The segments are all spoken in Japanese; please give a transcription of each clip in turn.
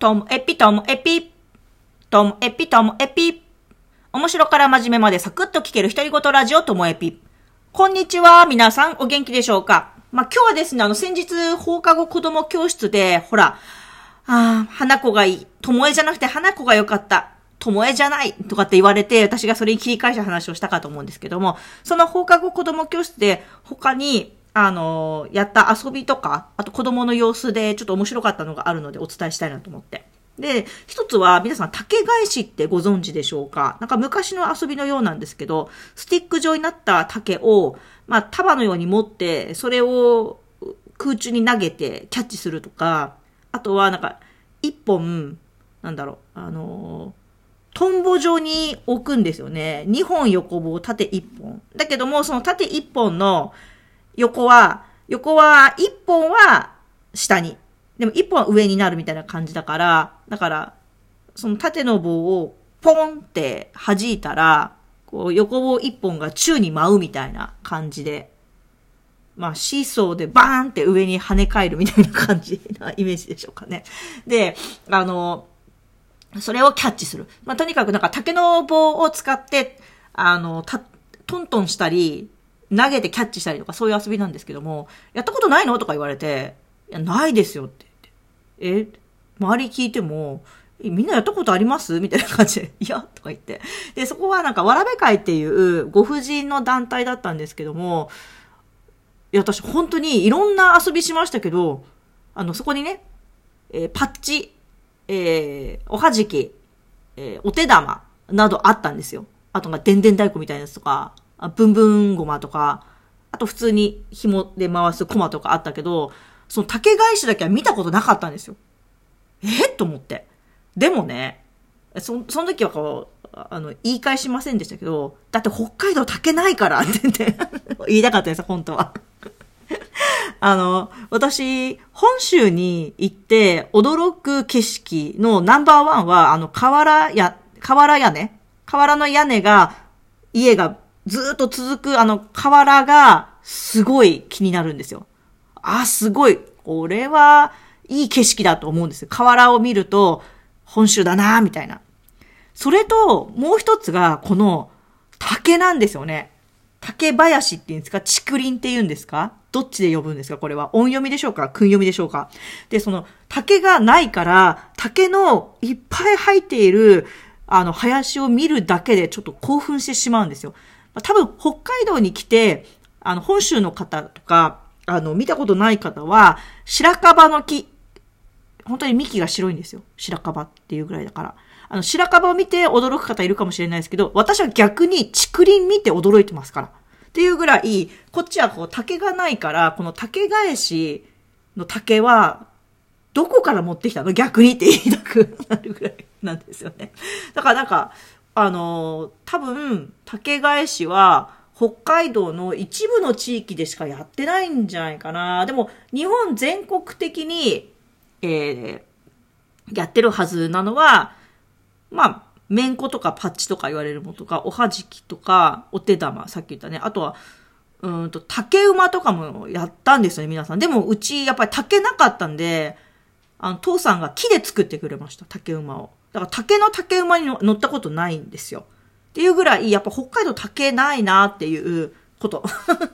ともえぴともえぴ。ともえぴともえぴ。面白から真面目までサクッと聞ける独り言ラジオともえぴ。こんにちは。皆さんお元気でしょうか？今日はですね、先日放課後子供教室で、ほら、花子がいい。ともえじゃなくて花子が良かった。ともえじゃないとかって言われて、私がそれに切り返した話をしたかと思うんですけども、その放課後子供教室で他に、やった遊びとか、あと子供の様子でちょっと面白かったのがあるのでお伝えしたいなと思って。で、一つは皆さん竹返しってご存知でしょうか？なんか昔の遊びのようなんですけど、スティック状になった竹を、束のように持って、それを空中に投げてキャッチするとか、あとはなんか、一本、トンボ状に置くんですよね。2本横棒、縦1本。だけども、その縦1本の横は1本は下に。でも1本は上になるみたいな感じだから、その縦の棒をポンって弾いたら、こう横棒1本が宙に舞うみたいな感じで、シーソーでバーンって上に跳ね返るみたいな感じなイメージでしょうかね。で、それをキャッチする。とにかく竹の棒を使って、トントンしたり、投げてキャッチしたりとかそういう遊びなんですけども、やったことないのとか言われて、いや、ないですよって言って。周り聞いても、みんなやったことありますみたいな感じで、いや、とか言って。で、そこはわらべ会っていうご婦人の団体だったんですけども、いや、私本当にいろんな遊びしましたけど、そこにね、パッチ、おはじき、お手玉などあったんですよ。あとでんでん太鼓みたいなやつとか、ブンブンゴマとか、あと普通に紐で回すコマとかあったけど、その竹返しだけは見たことなかったんですよ。と思って。でもね、その時は言い返しませんでしたけど、だって北海道竹ないからって言って言いたかったです、本当は。私、本州に行って驚く景色のナンバーワンは、瓦の屋根が、家がずっと続く瓦がすごい気になるんですよ。すごい。これはいい景色だと思うんですよ。瓦を見ると本州だなみたいな。それと、もう一つがこの竹なんですよね。竹林っていうんですか？竹林っていうんですか？どっちで呼ぶんですか？これは音読みでしょうか？訓読みでしょうか？で、その竹がないから、竹のいっぱい生えている林を見るだけでちょっと興奮してしまうんですよ。多分北海道に来て、本州の方とか、見たことない方は、白樺の木、本当に幹が白いんですよ。白樺っていうぐらいだから。白樺を見て驚く方いるかもしれないですけど、私は逆に竹林見て驚いてますから。っていうぐらい、こっちは竹がないから、この竹返しの竹は、どこから持ってきたの？逆にって言いたくなるぐらいなんですよね。だから多分、竹返しは、北海道の一部の地域でしかやってないんじゃないかな。でも、日本全国的に、やってるはずなのは、めんことかパッチとか言われるものとか、おはじきとか、お手玉、さっき言ったね。あとは、竹馬とかもやったんですよね、皆さん。でも、うち、やっぱり竹なかったんで、父さんが木で作ってくれました、竹馬を。だから、竹馬に乗ったことないんですよ。っていうぐらい、やっぱ北海道竹ないなっていうこと。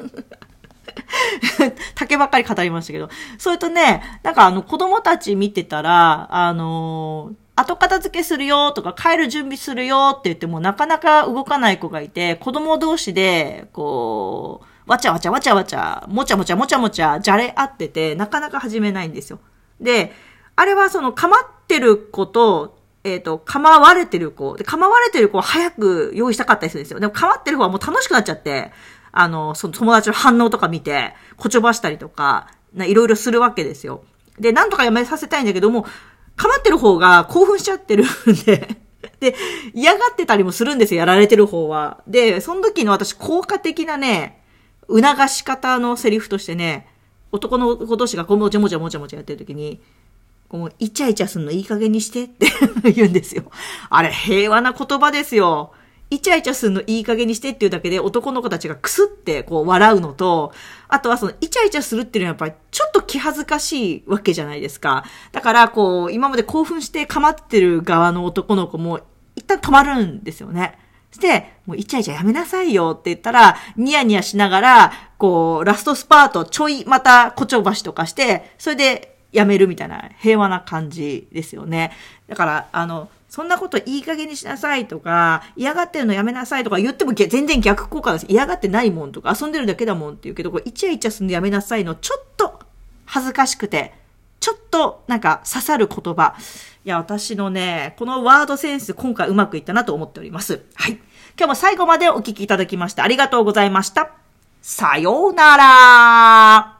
竹ばっかり語りましたけど。それとね、子供たち見てたら、後片付けするよとか帰る準備するよって言ってもなかなか動かない子がいて、子供同士で、わちゃわちゃわちゃわちゃ、もちゃもちゃもちゃもちゃ、じゃれ合ってて、なかなか始めないんですよ。で、あれは構ってる子と、構われてる子。で、構われてる子は早く用意したかったりするんですよ。でも構ってる子はもう楽しくなっちゃって、その友達の反応とか見て、こちょばしたりとか、いろいろするわけですよ。で、なんとかやめさせたいんだけども、構ってる方が興奮しちゃってるんで、で、嫌がってたりもするんですよ、やられてる方は。で、その時の私、効果的なね、促し方のセリフとしてね、男の子同士がもちゃもちゃもちゃもちゃやってる時に、イチャイチャすんのいい加減にしてって言うんですよ。あれ、平和な言葉ですよ。 イチャイチャするのいい加減にしてっていうだけで男の子たちがクスってこう笑うのと、あとはそのイチャイチャするっていうのはやっぱりちょっと気恥ずかしいわけじゃないですか。だからこう今まで興奮して構ってる側の男の子も一旦止まるんですよね。して、もうイチャイチャやめなさいよって言ったら、ニヤニヤしながら、こう、ラストスパートちょいまたこちょばしとかして、それでやめるみたいな平和な感じですよね。だから、そんなこといい加減にしなさいとか、嫌がってるのやめなさいとか言っても全然逆効果です。嫌がってないもんとか、遊んでるだけだもんって言うけど、こうイチャイチャするのやめなさいの、ちょっと恥ずかしくて、ちょっとなんか刺さる言葉。いや、私のね、このワードセンス今回うまくいったなと思っております。はい。今日も最後までお聞きいただきましてありがとうございました。さようなら。